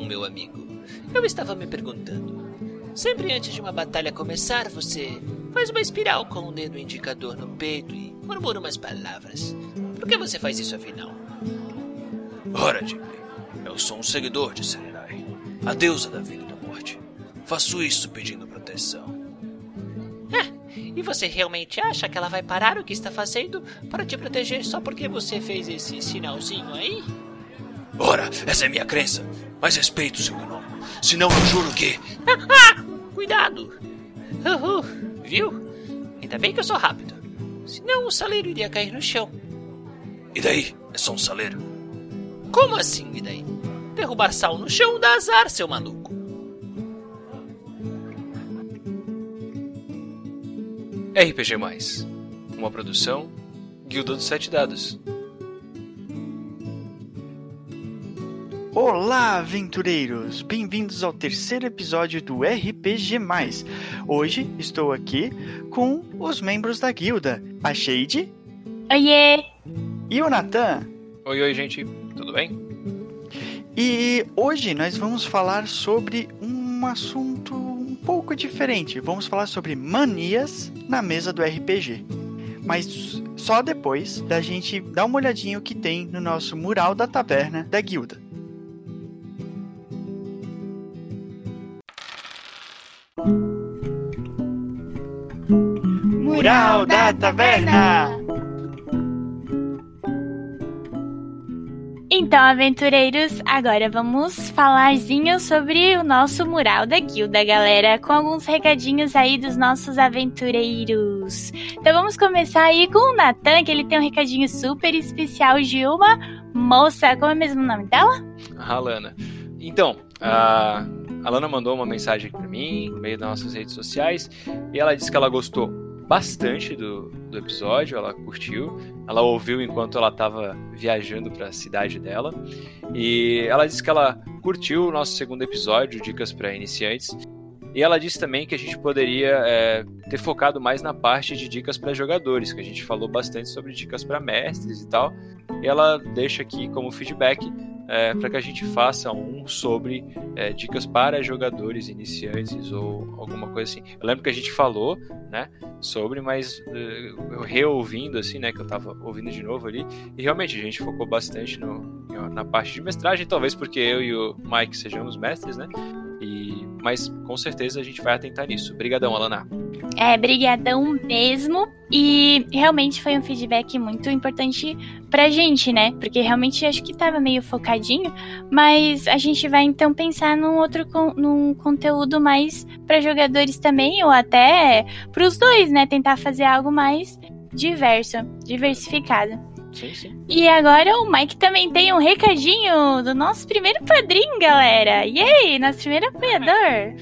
meu amigo. Eu estava me perguntando. Sempre antes de uma batalha começar, você faz uma espiral com o dedo indicador no peito e murmura umas palavras. Por que você faz isso afinal? Ora, Ghibli, eu sou um seguidor de Serenai, a deusa da vida e da morte. Faço isso pedindo proteção. E você realmente acha que ela vai parar o que está fazendo para te proteger só porque você fez esse sinalzinho aí? Ora, essa é minha crença, mas respeito o seu nome. Senão eu juro que... Cuidado! Viu? Ainda bem que eu sou rápido. Senão o saleiro iria cair no chão. E daí? É só um saleiro. Como assim, e daí? Derrubar sal no chão dá azar, seu maluco. RPG+, uma produção Guilda dos Sete Dados. Olá, aventureiros! Bem-vindos ao terceiro episódio do RPG+. Hoje estou aqui com os membros da guilda, a Shade. Oiê! E o Nathan. Oi, gente, tudo bem? E hoje nós vamos falar sobre um assunto um pouco diferente. Vamos falar sobre manias na mesa do RPG. Mas só depois da gente dar uma olhadinha o que tem no nosso mural da taverna da guilda. Mural da taverna! Então, aventureiros, agora vamos falarzinho sobre o nosso mural da guilda, galera, com alguns recadinhos aí dos nossos aventureiros. Então vamos começar aí com o Nathan, que ele tem um recadinho super especial de uma moça. Como é mesmo o nome dela? A Lana. Então, a Lana mandou uma mensagem pra mim, no meio das nossas redes sociais, e ela disse que ela gostou bastante do episódio, ela curtiu, ela ouviu enquanto ela estava viajando para a cidade dela, e ela disse que ela curtiu o nosso segundo episódio, Dicas para Iniciantes, e ela disse também que a gente poderia ter focado mais na parte de dicas para jogadores, que a gente falou bastante sobre dicas para mestres e tal, e ela deixa aqui como feedback para que a gente faça um sobre dicas para jogadores iniciantes ou alguma coisa assim. Eu lembro que a gente falou, né, sobre, mas eu reouvindo assim, né, que eu tava ouvindo de novo ali, e realmente a gente focou bastante na parte de mestragem, talvez porque eu e o Mike sejamos mestres, né, mas com certeza a gente vai atentar nisso. Obrigadão, Alana. Brigadão mesmo, e realmente foi um feedback muito importante pra gente, né, porque realmente acho que tava meio focadinho, mas a gente vai então pensar num conteúdo mais pra jogadores também, ou até pros dois, né, tentar fazer algo mais diversificado. Sim. E agora o Mike também tem um recadinho do nosso primeiro padrinho, galera. Yay, nosso primeiro apoiador.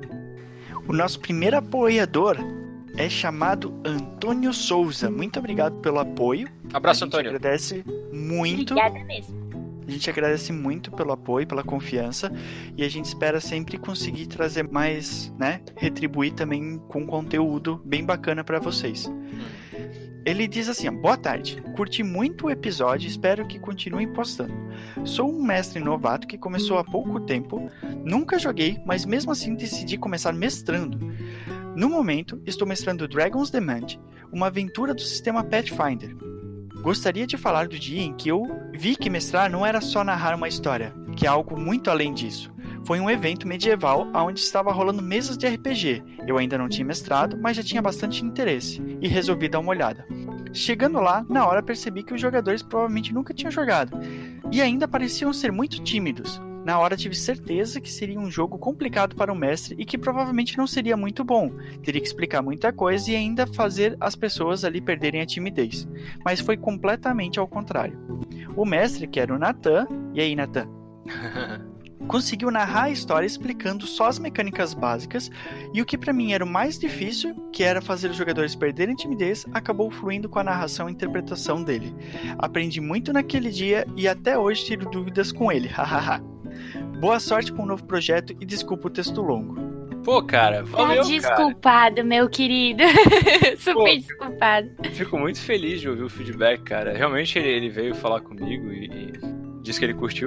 O nosso primeiro apoiador é chamado Antônio Souza. Muito obrigado pelo apoio. Abraço, Antônio. A gente agradece muito. Obrigada mesmo. A gente agradece muito pelo apoio, pela confiança, e a gente espera sempre conseguir trazer mais, né? Retribuir também com conteúdo bem bacana para vocês. Ele diz assim, boa tarde, curti muito o episódio e espero que continuem postando. Sou um mestre novato que começou há pouco tempo, nunca joguei, mas mesmo assim decidi começar mestrando. No momento, estou mestrando Dragon's Demand, uma aventura do sistema Pathfinder. Gostaria de falar do dia em que eu vi que mestrar não era só narrar uma história, que é algo muito além disso. Foi um evento medieval onde estava rolando mesas de RPG. Eu ainda não tinha mestrado, mas já tinha bastante interesse, e resolvi dar uma olhada. Chegando lá, na hora percebi que os jogadores provavelmente nunca tinham jogado, e ainda pareciam ser muito tímidos. Na hora tive certeza que seria um jogo complicado para o mestre e que provavelmente não seria muito bom. Teria que explicar muita coisa e ainda fazer as pessoas ali perderem a timidez. Mas foi completamente ao contrário. O mestre, que era o Nathan, e aí, Nathan? Conseguiu narrar a história explicando só as mecânicas básicas, e o que pra mim era o mais difícil, que era fazer os jogadores perderem timidez, acabou fluindo com a narração e interpretação dele. Aprendi muito naquele dia e até hoje tiro dúvidas com ele, hahaha. Boa sorte com o novo projeto e desculpa o texto longo. Pô, cara, valeu, desculpado, cara. Meu querido. Super desculpado. Fico muito feliz de ouvir o feedback, cara. Realmente ele veio falar comigo e disse que ele curtiu.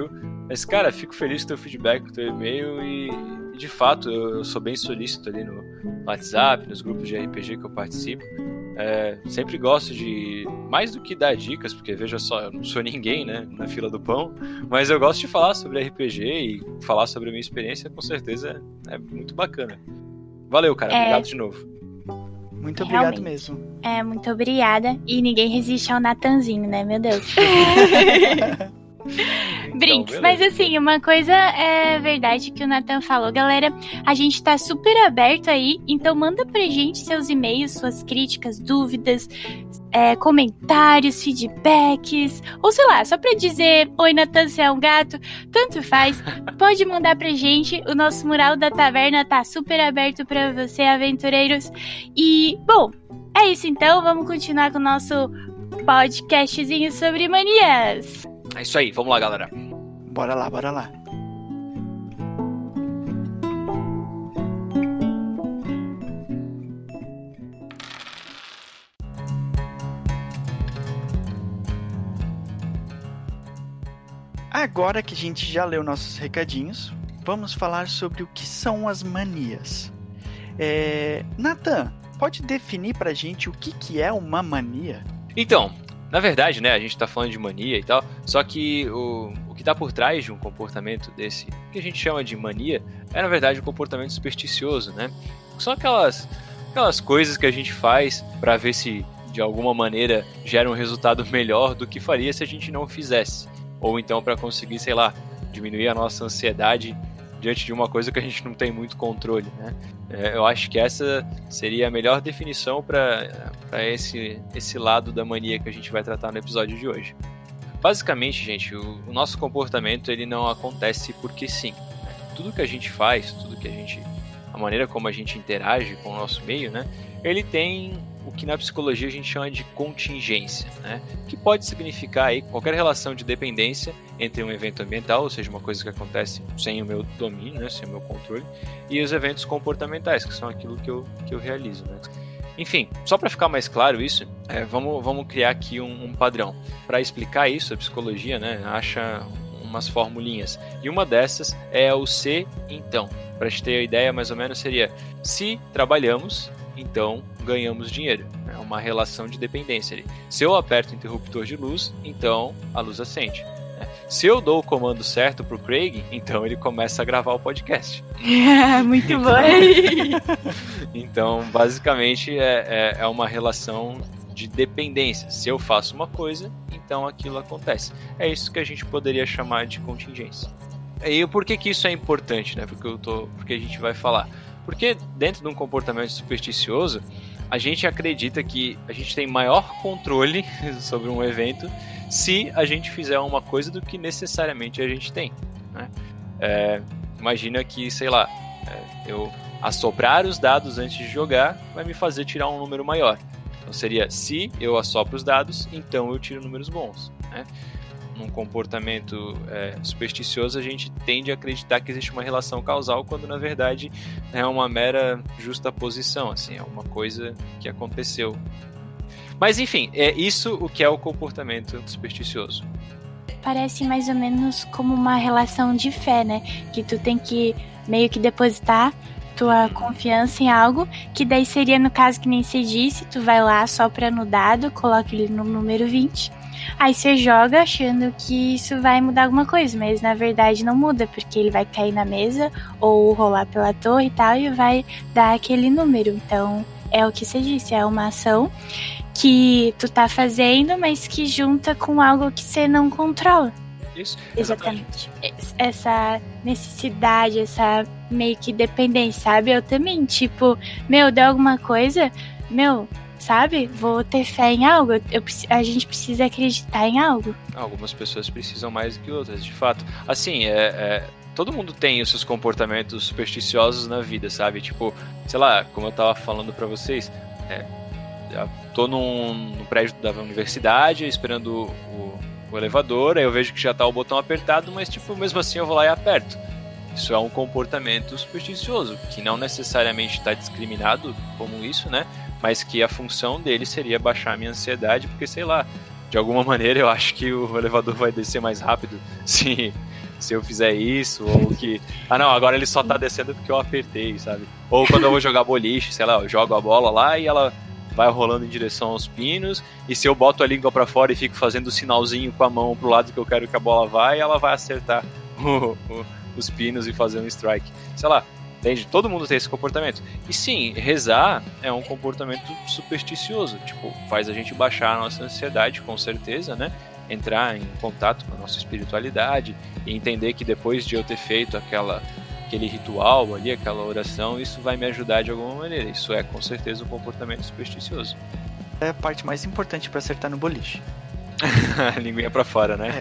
Mas, cara, fico feliz com o teu feedback, com o teu e-mail e de fato, eu sou bem solícito ali no WhatsApp, nos grupos de RPG que eu participo. Sempre gosto de, mais do que dar dicas, porque veja só, eu não sou ninguém, né, na fila do pão, mas eu gosto de falar sobre RPG e falar sobre a minha experiência, com certeza é muito bacana. Valeu, cara, obrigado de novo. Muito obrigado Realmente. mesmo. Muito obrigada. E ninguém resiste ao Natanzinho, né, meu Deus? Brinks, Então, mas assim, uma coisa é verdade que o Nathan falou, galera, a gente tá super aberto aí, então manda pra gente seus e-mails, suas críticas, dúvidas, comentários, feedbacks, ou sei lá, só pra dizer, oi Nathan, você é um gato, tanto faz, pode mandar pra gente, o nosso mural da taverna tá super aberto pra você, aventureiros, e, bom, é isso então, vamos continuar com o nosso podcastzinho sobre manias. É isso aí, vamos lá, galera. Bora lá, bora lá. Agora que a gente já leu nossos recadinhos, vamos falar sobre o que são as manias. Nathan, pode definir pra gente o que é uma mania? Então, na verdade, né, a gente tá falando de mania e tal, só que o que tá por trás de um comportamento desse, que a gente chama de mania, é na verdade um comportamento supersticioso, né? São aquelas coisas que a gente faz pra ver se de alguma maneira gera um resultado melhor do que faria se a gente não fizesse. Ou então pra conseguir, sei lá, diminuir a nossa ansiedade diante de uma coisa que a gente não tem muito controle, né? Eu acho que essa seria a melhor definição para esse lado da mania que a gente vai tratar no episódio de hoje. Basicamente, gente, o nosso comportamento ele não acontece porque sim. Né? Tudo que a gente faz, a maneira como a gente interage com o nosso meio, né? Ele tem o que na psicologia a gente chama de contingência, né? Que pode significar aí qualquer relação de dependência entre um evento ambiental, ou seja, uma coisa que acontece sem o meu domínio, né? Sem o meu controle, e os eventos comportamentais, que são aquilo que eu realizo, né? Enfim, só para ficar mais claro isso, vamos criar aqui um padrão. Para explicar isso, a psicologia, né, acha umas formulinhas, e uma dessas é o se, então. Para te ter a ideia, mais ou menos, seria se trabalhamos, então ganhamos dinheiro. É uma relação de dependência ali. Se eu aperto o interruptor de luz, então a luz acende. Se eu dou o comando certo pro Craig, então ele começa a gravar o podcast. Muito bom. Então, basicamente, é uma relação de dependência. Se eu faço uma coisa, então aquilo acontece. É isso que a gente poderia chamar de contingência. E por que isso é importante, né? Porque a gente vai falar. Porque dentro de um comportamento supersticioso, a gente acredita que a gente tem maior controle sobre um evento se a gente fizer uma coisa do que necessariamente a gente tem, né? Imagina que, sei lá, eu assoprar os dados antes de jogar vai me fazer tirar um número maior. Então seria, se eu assopro os dados, então eu tiro números bons, né? Num comportamento supersticioso, a gente tende a acreditar que existe uma relação causal, quando na verdade é uma mera justaposição, assim, é uma coisa que aconteceu. Mas enfim, é isso o que é o comportamento supersticioso. Parece mais ou menos como uma relação de fé, né? Que tu tem que meio que depositar tua confiança em algo, que daí seria, no caso que nem você disse, tu vai lá, sopra no dado, coloca ele no número 20, aí você joga achando que isso vai mudar alguma coisa, mas na verdade não muda, porque ele vai cair na mesa ou rolar pela torre e tal, e vai dar aquele número. Então é o que você disse, é uma ação que tu tá fazendo, mas que junta com algo que você não controla. Isso, exatamente. Essa necessidade, essa meio que dependência, sabe? Eu também, tipo, deu alguma coisa, sabe? Vou ter fé em algo, a gente precisa acreditar em algo. Algumas pessoas precisam mais do que outras, de fato. Assim, todo mundo tem os seus comportamentos supersticiosos na vida, sabe? Tipo, sei lá, como eu tava falando pra vocês, tô no prédio da universidade, esperando o elevador, aí eu vejo que já tá o botão apertado, mas tipo, mesmo assim eu vou lá e aperto. Isso é um comportamento supersticioso, que não necessariamente está discriminado como isso, né? Mas que a função dele seria baixar a minha ansiedade, porque, sei lá, de alguma maneira eu acho que o elevador vai descer mais rápido se se eu fizer isso, ou que... Ah, não, agora ele só tá descendo porque eu apertei, sabe? Ou quando eu vou jogar boliche, sei lá, eu jogo a bola lá e ela vai rolando em direção aos pinos, e se eu boto a língua pra fora e fico fazendo o sinalzinho com a mão pro lado que eu quero que a bola vá, ela vai acertar os pinos e fazer um strike. Sei lá, entende? Todo mundo tem esse comportamento. E sim, rezar é um comportamento supersticioso. Tipo, faz a gente baixar a nossa ansiedade, com certeza, né? Entrar em contato com a nossa espiritualidade e entender que depois de eu ter feito aquele ritual ali, aquela oração, isso vai me ajudar de alguma maneira. Isso é, com certeza, um comportamento supersticioso. É a parte mais importante pra acertar no boliche. A linguinha pra fora, né?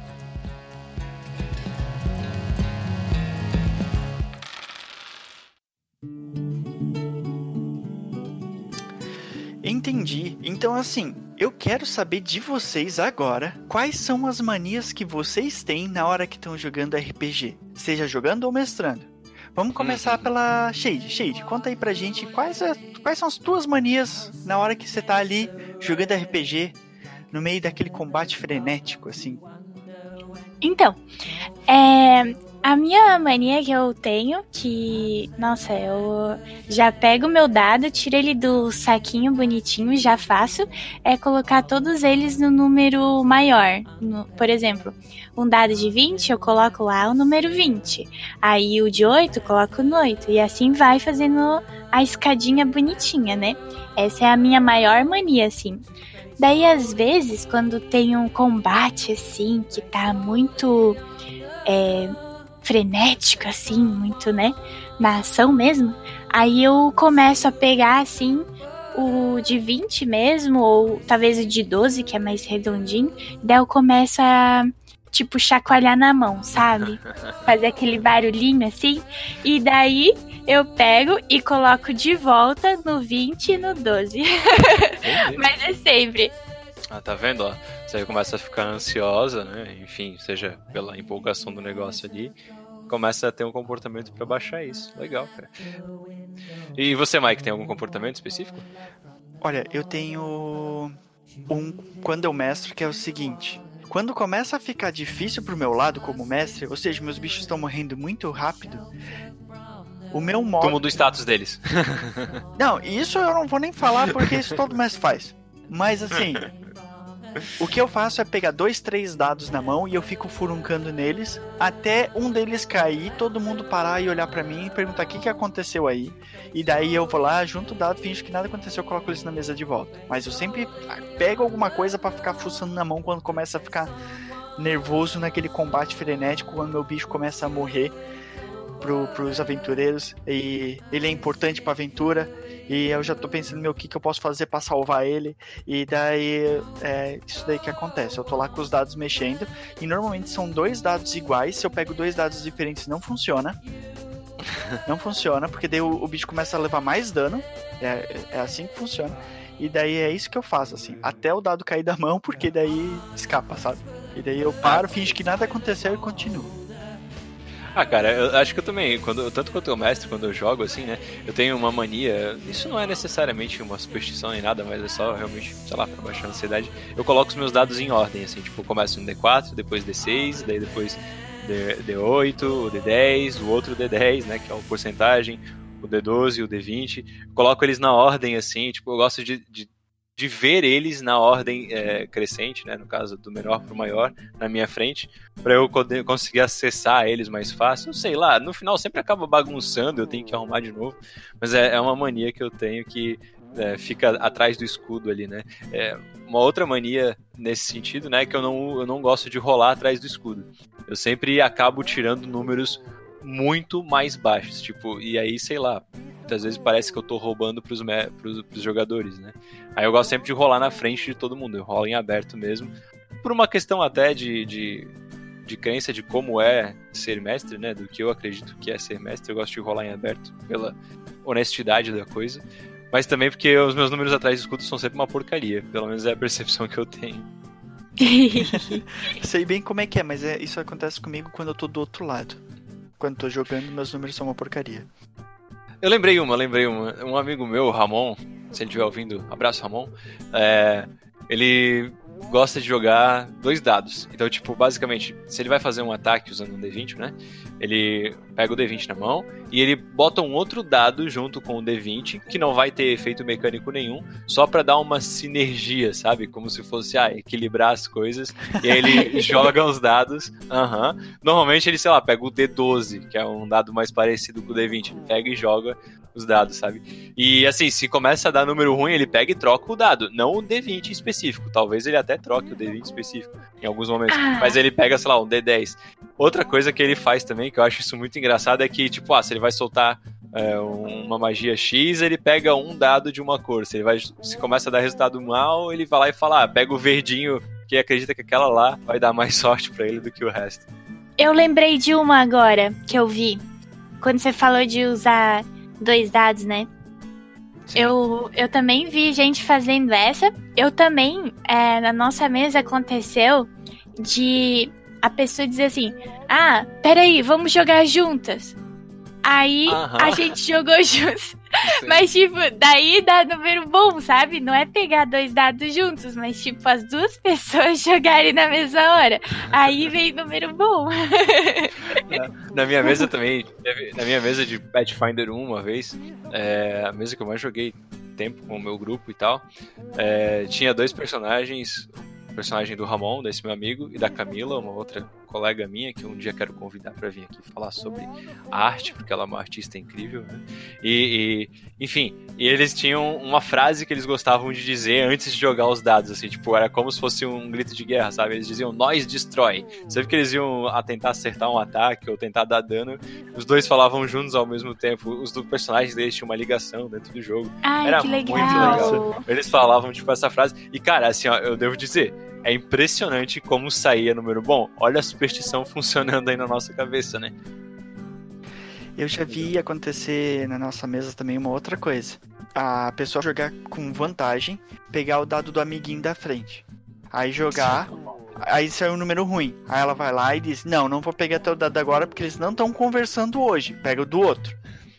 Entendi. Então, assim, eu quero saber de vocês agora quais são as manias que vocês têm na hora que estão jogando RPG, seja jogando ou mestrando. Vamos começar pela Shade. Shade, conta aí pra gente quais são as tuas manias na hora que você tá ali jogando RPG, no meio daquele combate frenético, assim. Então, a minha mania que eu tenho, que, nossa, eu já pego o meu dado, tiro ele do saquinho bonitinho, já faço, é colocar todos eles no número maior. Por exemplo, um dado de 20, eu coloco lá o número 20. Aí o de 8, eu coloco no 8. E assim vai fazendo a escadinha bonitinha, né? Essa é a minha maior mania, assim. Daí, às vezes, quando tem um combate, assim, que tá muito frenético, assim, muito, né, na ação mesmo, aí eu começo a pegar, assim, o de 20 mesmo, ou talvez o de 12, que é mais redondinho, daí eu começo a, tipo, chacoalhar na mão, sabe? Fazer aquele barulhinho, assim, e daí eu pego e coloco de volta no 20 e no 12. Mas é sempre. Ah, tá vendo, ó? Você começa a ficar ansiosa, né? Enfim, seja pela empolgação do negócio ali, começa a ter um comportamento pra baixar isso. Legal, cara. E você, Mike, tem algum comportamento específico? Olha, eu tenho quando eu mestro, que é o seguinte: quando começa a ficar difícil pro meu lado como mestre, ou seja, meus bichos estão morrendo muito rápido, o meu modo... Tu muda o status deles. Não, isso eu não vou nem falar, porque isso todo mestre faz. Mas assim, o que eu faço é pegar 2, 3 dados na mão e eu fico furuncando neles até um deles cair, todo mundo parar e olhar pra mim e perguntar o que aconteceu aí. E daí eu vou lá, junto o dado, finjo que nada aconteceu, coloco eles na mesa de volta. Mas eu sempre pego alguma coisa pra ficar fuçando na mão quando começa a ficar nervoso naquele combate frenético, quando meu bicho começa a morrer pros aventureiros, e ele é importante pra aventura, e eu já tô pensando, o que eu posso fazer pra salvar ele, e daí isso daí que acontece, eu tô lá com os dados mexendo, e normalmente são 2 dados iguais, se eu pego 2 dados diferentes não funciona, porque daí o bicho começa a levar mais dano, é assim que funciona, e daí é isso que eu faço, assim, até o dado cair da mão, porque daí escapa, sabe? E daí eu paro, finjo que nada aconteceu e continuo. Ah, cara, eu acho que eu também, tanto quanto eu mestre, quando eu jogo, assim, né, eu tenho uma mania, isso não é necessariamente uma superstição nem nada, mas é só realmente, sei lá, pra baixar a ansiedade, eu coloco os meus dados em ordem, assim, tipo, eu começo no D4, depois D6, daí depois D8, o D10, o outro D10, né, que é a porcentagem, o D12, o D20, coloco eles na ordem, assim, tipo, eu gosto de ver eles na ordem crescente, né, no caso do menor pro maior, na minha frente, para eu conseguir acessar eles mais fácil. Eu sei lá, no final sempre acaba bagunçando, eu tenho que arrumar de novo, mas é uma mania que eu tenho que fica atrás do escudo ali, né. Uma outra mania nesse sentido, né, é que eu não gosto de rolar atrás do escudo. Eu sempre acabo tirando números muito mais baixos, tipo, e aí, sei lá, muitas vezes parece que eu tô roubando pros jogadores, né? Aí eu gosto sempre de rolar na frente de todo mundo, eu rolo em aberto mesmo, por uma questão até de crença de como é ser mestre, né? Do que eu acredito que é ser mestre, eu gosto de rolar em aberto pela honestidade da coisa, mas também porque os meus números atrás do escudo são sempre uma porcaria, pelo menos é a percepção que eu tenho. Sei bem como é que é, mas isso acontece comigo quando eu tô do outro lado. Quando tô jogando, meus números são uma porcaria. Eu lembrei uma. Um amigo meu, Ramon, se ele estiver ouvindo, abraço, Ramon. Ele gosta de jogar 2 dados. Então, tipo, basicamente, se ele vai fazer um ataque usando um D20, né? Ele pega o D20 na mão e ele bota um outro dado junto com o D20, que não vai ter efeito mecânico nenhum, só pra dar uma sinergia, sabe? Como se fosse, equilibrar as coisas. E aí ele joga os dados. Normalmente ele, sei lá, pega o D12, que é um dado mais parecido com o D20. Ele pega e joga os dados, sabe? E assim, se começa a dar número ruim, ele pega e troca o dado, não o D20 específico. Talvez ele até troque o D20 específico em alguns momentos, mas ele pega, sei lá, um D10. Outra coisa que ele faz também, que eu acho isso muito engraçado, é que, tipo, se ele vai soltar uma magia X, ele pega um dado de uma cor. Se começa a dar resultado mal, ele vai lá e fala, pega o verdinho, que acredita que aquela lá vai dar mais sorte pra ele do que o resto. Eu lembrei de uma agora, que eu vi. Quando você falou de usar 2 dados, né? Eu também vi gente fazendo essa. Eu também, na nossa mesa aconteceu de a pessoa dizer assim, peraí, vamos jogar juntas. Aí a gente jogou juntos. Sim. Mas, tipo, daí dá número bom, sabe? Não é pegar 2 dados juntos, mas, tipo, as 2 pessoas jogarem na mesma hora. Aí vem número bom. Na minha mesa também, na minha mesa de Pathfinder 1 uma vez, a mesa que eu mais joguei tempo com o meu grupo e tal, tinha 2 personagens, o personagem do Ramon, desse meu amigo, e da Camila, uma outra colega minha, que um dia quero convidar pra vir aqui falar sobre arte, porque ela é uma artista incrível, né? Enfim, eles tinham uma frase que eles gostavam de dizer antes de jogar os dados, assim, tipo, era como se fosse um grito de guerra, sabe? Eles diziam, nós destrói. Sempre que eles iam tentar acertar um ataque ou tentar dar dano, os 2 falavam juntos ao mesmo tempo. Os do personagens deles tinham uma ligação dentro do jogo. Era que legal. Muito legal. Eles falavam, tipo, essa frase. E, cara, assim, ó, eu devo dizer, é impressionante como saía número bom. Olha a superstição funcionando aí na nossa cabeça, né? Eu já vi acontecer na nossa mesa também uma outra coisa. A pessoa jogar com vantagem, pegar o dado do amiguinho da frente. Aí jogar, aí saiu um número ruim. Aí ela vai lá e diz, não vou pegar teu dado agora porque eles não estão conversando hoje. Pega o do outro.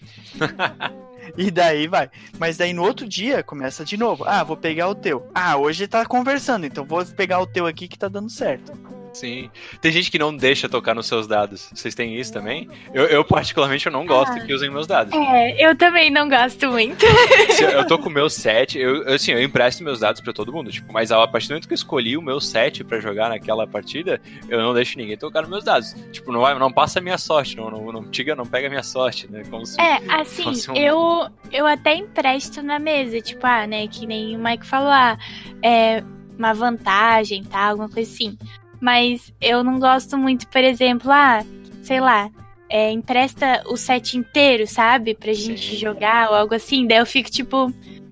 E daí vai. Mas daí no outro dia começa de novo. Vou pegar o teu. Hoje tá conversando, então vou pegar o teu aqui que tá dando certo. Sim. Tem gente que não deixa tocar nos seus dados. Vocês têm isso também? Eu particularmente, eu não gosto que usem meus dados. Eu também não gosto muito. Eu tô com o meu set, eu empresto meus dados pra todo mundo, tipo, mas a partir do momento que eu escolhi o meu set pra jogar naquela partida, eu não deixo ninguém tocar nos meus dados. Tipo, não passa a minha sorte, não pega a minha sorte, né? Como se assim, eu até empresto na mesa, tipo, né, que nem o Mike falou, uma vantagem, tá, alguma coisa assim. Mas eu não gosto muito, por exemplo, sei lá, empresta o set inteiro, sabe? Pra gente jogar ou algo assim. Daí eu fico tipo,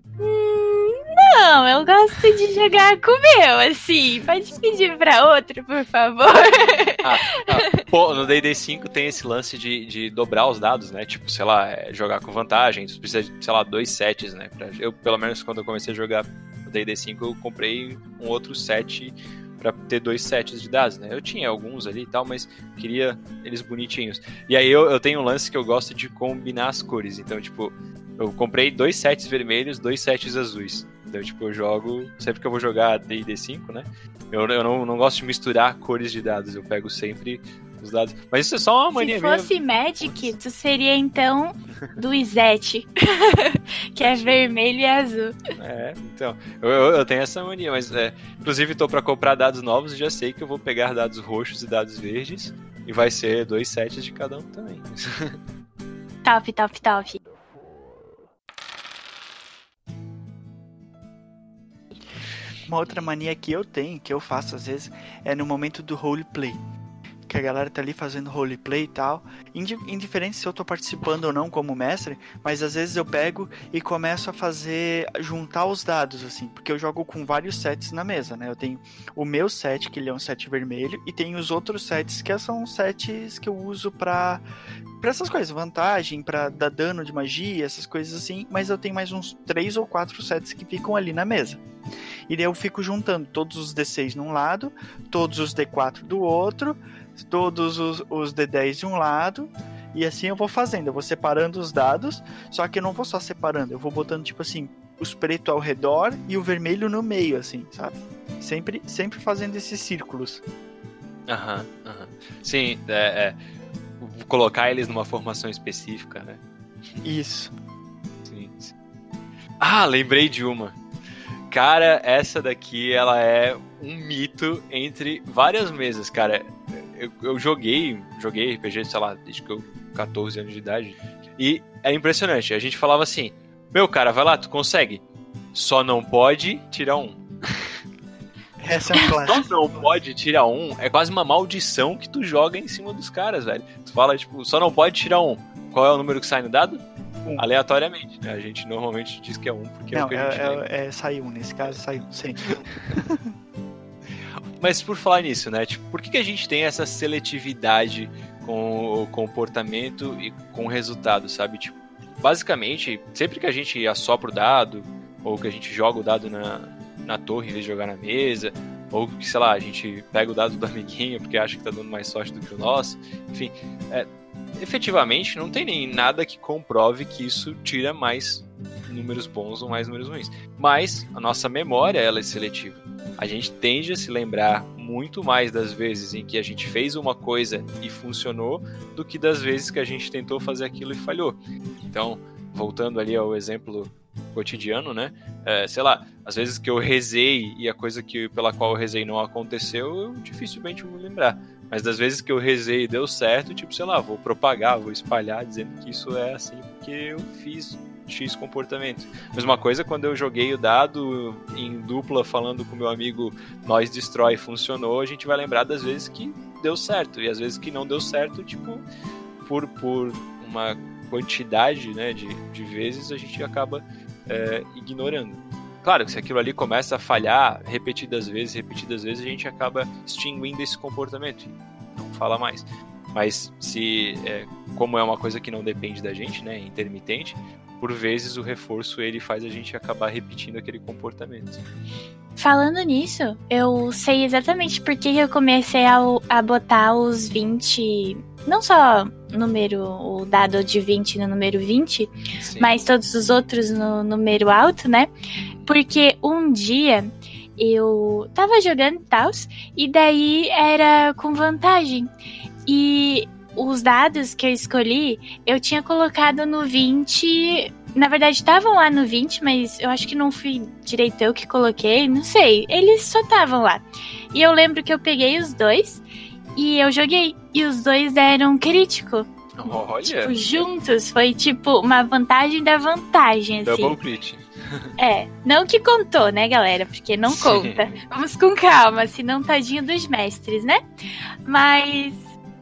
não, eu gosto de jogar com o meu, assim. Pode pedir pra outro, por favor. Pô, no D&D 5 tem esse lance de dobrar os dados, né? Tipo, sei lá, jogar com vantagem. Tu precisa de, sei lá, 2 sets, né? Eu, pelo menos, quando eu comecei a jogar no D&D 5, eu comprei um outro set pra ter 2 sets de dados, né? Eu tinha alguns ali e tal, mas queria eles bonitinhos. E aí eu tenho um lance que eu gosto de combinar as cores. Então, tipo, eu comprei 2 sets vermelhos, 2 sets azuis. Então, tipo, eu jogo... Sempre que eu vou jogar D&D 5, né? Eu não gosto de misturar cores de dados. Eu pego sempre os dados. Mas isso é só uma mania minha. Se fosse Magic, tu seria, então, do Izete. Que é vermelho e azul. Então. Eu tenho essa mania, mas... inclusive, tô pra comprar dados novos e já sei que eu vou pegar dados roxos e dados verdes. E vai ser 2 sets de cada um também. Top. Uma outra mania que eu tenho, que eu faço às vezes, é no momento do roleplay. Que a galera tá ali fazendo roleplay e tal. Indiferente se eu tô participando ou não como mestre, mas às vezes eu pego e começo a juntar os dados, assim. Porque eu jogo com vários sets na mesa, né? Eu tenho o meu set, que ele é um set vermelho, e tenho os outros sets, que são sets que eu uso pra essas coisas, vantagem, pra dar dano de magia, essas coisas assim. Mas eu tenho mais uns 3 ou 4 sets que ficam ali na mesa. E daí eu fico juntando todos os D6 num lado, todos os D4 do outro, todos os D10 de um lado, e assim eu vou fazendo, eu vou separando os dados, só que eu não vou só separando, eu vou botando tipo assim, os pretos ao redor e o vermelho no meio, assim, sabe? Sempre fazendo esses círculos. Aham. Sim, colocar eles numa formação específica, né? Isso. Sim. Ah, lembrei de uma. Cara, essa daqui, ela é um mito entre várias mesas, cara. Eu joguei RPG, sei lá, desde que eu 14 anos de idade. E é impressionante. A gente falava assim, meu cara, vai lá, tu consegue. Só não pode tirar um. Essa é um clássico. Só não pode tirar um. É quase uma maldição que tu joga em cima dos caras, velho. Tu fala, tipo, só não pode tirar um. Qual é o número que sai no dado? Um. Aleatoriamente, né? A gente normalmente diz que é um, porque é o que a gente lembra. Sai um. Nesse caso, sai um, sempre. Mas por falar nisso, né? Tipo, por que a gente tem essa seletividade com o comportamento e com o resultado, sabe? Tipo, basicamente, sempre que a gente assopra o dado, ou que a gente joga o dado na torre em vez de jogar na mesa, ou que, sei lá, a gente pega o dado do amiguinho porque acha que tá dando mais sorte do que o nosso, enfim, efetivamente não tem nem nada que comprove que isso tira mais números bons ou mais números ruins. Mas a nossa memória, ela é seletiva. A gente tende a se lembrar muito mais das vezes em que a gente fez uma coisa e funcionou do que das vezes que a gente tentou fazer aquilo e falhou. Então, voltando ali ao exemplo cotidiano, né? Sei lá, às vezes que eu rezei e a coisa pela qual eu rezei não aconteceu, eu dificilmente vou lembrar. Mas das vezes que eu rezei e deu certo, tipo, sei lá, vou propagar, vou espalhar dizendo que isso é assim porque eu fiz X comportamento. Mesma coisa quando eu joguei o dado em dupla falando com meu amigo Nós Destrói funcionou, a gente vai lembrar das vezes que deu certo e às vezes que não deu certo, tipo, por uma quantidade, né, de vezes a gente acaba ignorando. Claro que se aquilo ali começa a falhar repetidas vezes, a gente acaba extinguindo esse comportamento e não fala mais. Mas como é uma coisa que não depende da gente, né, é intermitente, por vezes o reforço ele faz a gente acabar repetindo aquele comportamento. Falando nisso, eu sei exatamente por que eu comecei a botar os 20, não só o dado de 20 no número 20, sim, mas todos os outros no número alto, né? Porque um dia eu tava jogando e tal, e daí era com vantagem. E os dados que eu escolhi, eu tinha colocado no 20. Na verdade, estavam lá no 20, mas eu acho que não fui direito eu que coloquei, não sei. Eles só estavam lá. E eu lembro que eu peguei os dois e eu joguei. E os dois deram crítico. Olha! Tipo, juntos. Foi tipo uma vantagem da vantagem, assim. Double crit. Não que contou, né, galera? Porque não conta. Vamos com calma, senão tadinho dos mestres, né? Mas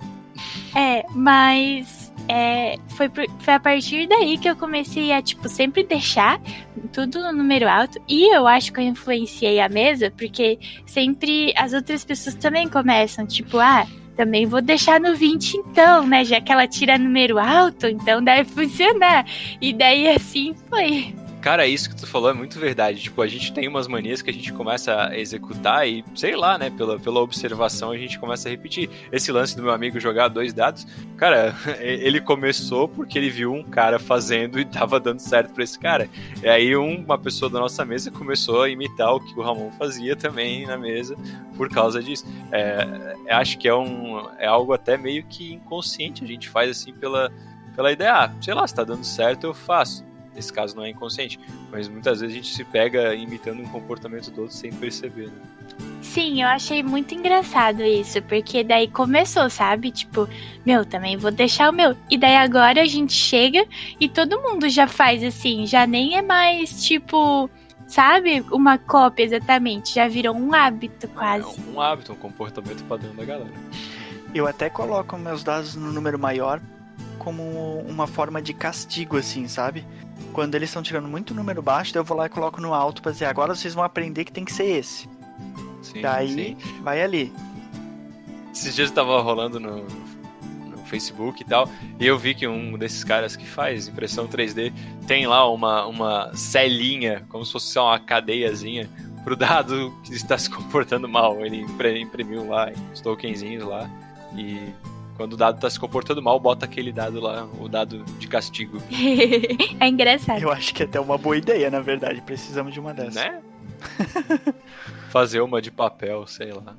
foi a partir daí que eu comecei a, tipo, sempre deixar tudo no número alto. E eu acho que eu influenciei a mesa, porque sempre as outras pessoas também começam, tipo, também vou deixar no 20 então, né? Já que ela tira número alto, então deve funcionar. E daí assim foi. Cara, isso que tu falou é muito verdade. Tipo, a gente tem umas manias que a gente começa a executar e, sei lá, né, pela observação a gente começa a repetir. Esse lance do meu amigo jogar 2 dados, cara, ele começou porque ele viu um cara fazendo e tava dando certo pra esse cara. E aí uma pessoa da nossa mesa começou a imitar o que o Ramon fazia também na mesa por causa disso. Acho que é algo até meio que inconsciente. A gente faz assim pela ideia, sei lá, se tá dando certo eu faço. Nesse caso não é inconsciente, mas muitas vezes a gente se pega imitando um comportamento do outro sem perceber, né? Sim, eu achei muito engraçado isso, porque daí começou, sabe? Tipo, também vou deixar o meu. E daí agora a gente chega e todo mundo já faz assim, já nem é mais, tipo, sabe? Uma cópia exatamente, já virou um hábito quase. É um hábito, um comportamento padrão da galera. Eu até coloco meus dados no número maior como uma forma de castigo, assim, sabe? Quando eles estão tirando muito número baixo, eu vou lá e coloco no alto pra dizer, agora vocês vão aprender que tem que ser esse. Sim, daí, vai ali. Esses dias eu tava rolando no Facebook e tal, e eu vi que um desses caras que faz impressão 3D tem lá uma celinha, como se fosse uma cadeiazinha, pro dado que está se comportando mal. Ele imprimiu lá os tokenzinhos lá, e Quando o dado tá se comportando mal, bota aquele dado lá, o dado de castigo. É engraçado. Eu acho que é até uma boa ideia, na verdade. Precisamos de uma dessas. Né? Fazer uma de papel, sei lá.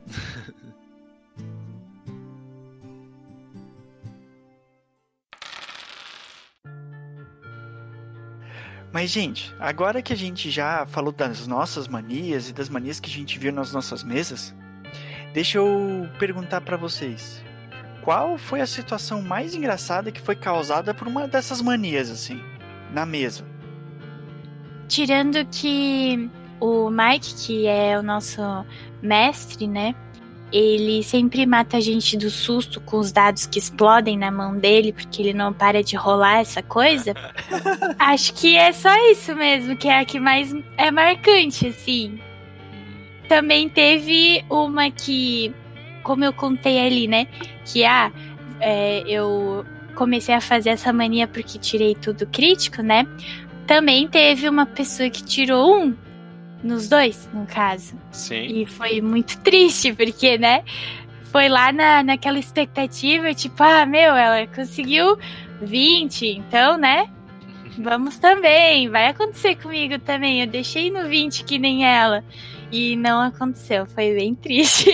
Mas, gente, agora que a gente já falou das nossas manias e das manias que a gente viu nas nossas mesas, deixa eu perguntar pra vocês. Qual foi a situação mais engraçada que foi causada por uma dessas manias, assim, na mesa? Tirando que o Mike, que é o nosso mestre, né? Ele sempre mata a gente do susto com os dados que explodem na mão dele, porque ele não para de rolar essa coisa. Acho que é só isso mesmo, que é a que mais é marcante, assim. Também teve uma que, como eu contei ali, né? Que eu comecei a fazer essa mania porque tirei tudo crítico, né? Também teve uma pessoa que tirou 1. Nos dois, no caso. Sim. E foi muito triste, porque, né? Foi lá naquela expectativa, tipo, ela conseguiu 20, então, né? Vamos também, vai acontecer comigo também. Eu deixei no 20 que nem ela. E não aconteceu, foi bem triste.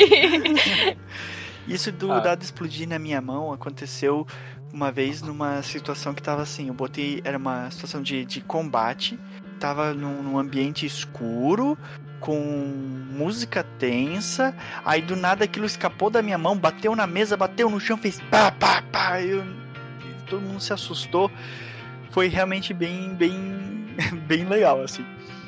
Isso do dado explodir na minha mão aconteceu uma vez numa situação que tava assim, era uma situação de combate. Tava num ambiente escuro, com música tensa, aí do nada aquilo escapou da minha mão, bateu na mesa, bateu no chão, fez pá, pá, pá, todo mundo se assustou. Foi realmente bem legal, assim.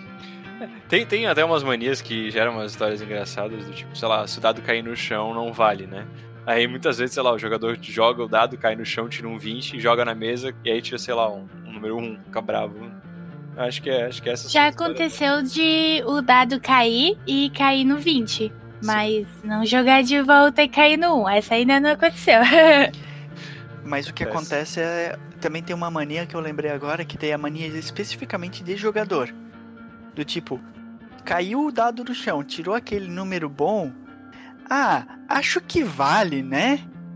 Tem até umas manias que geram umas histórias engraçadas, do tipo, sei lá, se o dado cair no chão, não vale, né? Aí muitas vezes, sei lá, o jogador joga o dado, cai no chão, tira um 20, joga na mesa, e aí tira, sei lá, um número 1, fica bravo. Acho que é essa. Já aconteceu de o dado cair e cair no 20. Mas não jogar de volta e cair no 1. Essa ainda não aconteceu. Mas o que acontece é... Também tem uma mania que eu lembrei agora, que tem a mania especificamente de jogador. Do tipo, caiu o dado no chão, tirou aquele número bom. Acho que vale, né?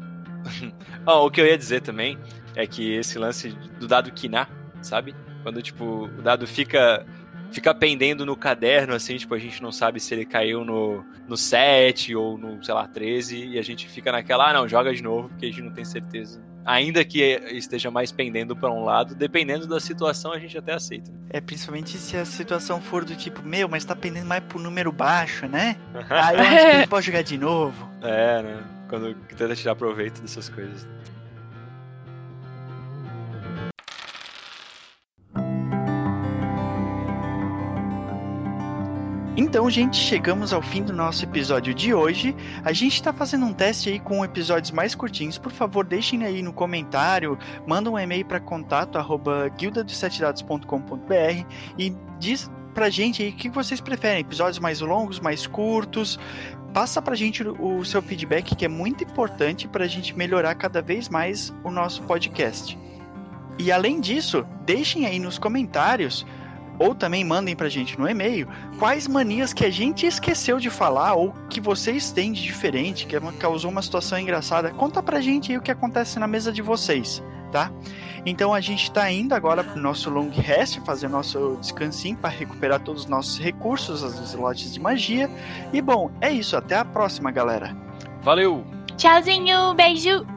O que eu ia dizer também é que esse lance do dado quinar, sabe? Quando, tipo, o dado fica pendendo no caderno, assim, tipo, a gente não sabe se ele caiu no 7 ou no, sei lá, 13, e a gente fica naquela, não, joga de novo, porque a gente não tem certeza. Ainda que esteja mais pendendo para um lado, dependendo da situação, a gente até aceita. Principalmente se a situação for do tipo, mas tá pendendo mais pro número baixo, né? Eu acho que a gente pode jogar de novo. Né? Quando tenta tirar proveito dessas coisas. Então, gente, chegamos ao fim do nosso episódio de hoje. A gente tá fazendo um teste aí com episódios mais curtinhos. Por favor, deixem aí no comentário, manda um e-mail para contato@guildados7dados.com.br e diz pra gente aí o que vocês preferem, episódios mais longos, mais curtos. Passa pra gente o seu feedback, que é muito importante pra gente melhorar cada vez mais o nosso podcast. E além disso, deixem aí nos comentários, ou também mandem pra gente no e-mail, quais manias que a gente esqueceu de falar ou que vocês têm de diferente, que causou uma situação engraçada. Conta pra gente aí o que acontece na mesa de vocês, tá? Então a gente tá indo agora pro nosso long rest, fazer nosso descansinho para recuperar todos os nossos recursos, as slots de magia. E bom, é isso, até a próxima, galera. Valeu! Tchauzinho, beijo!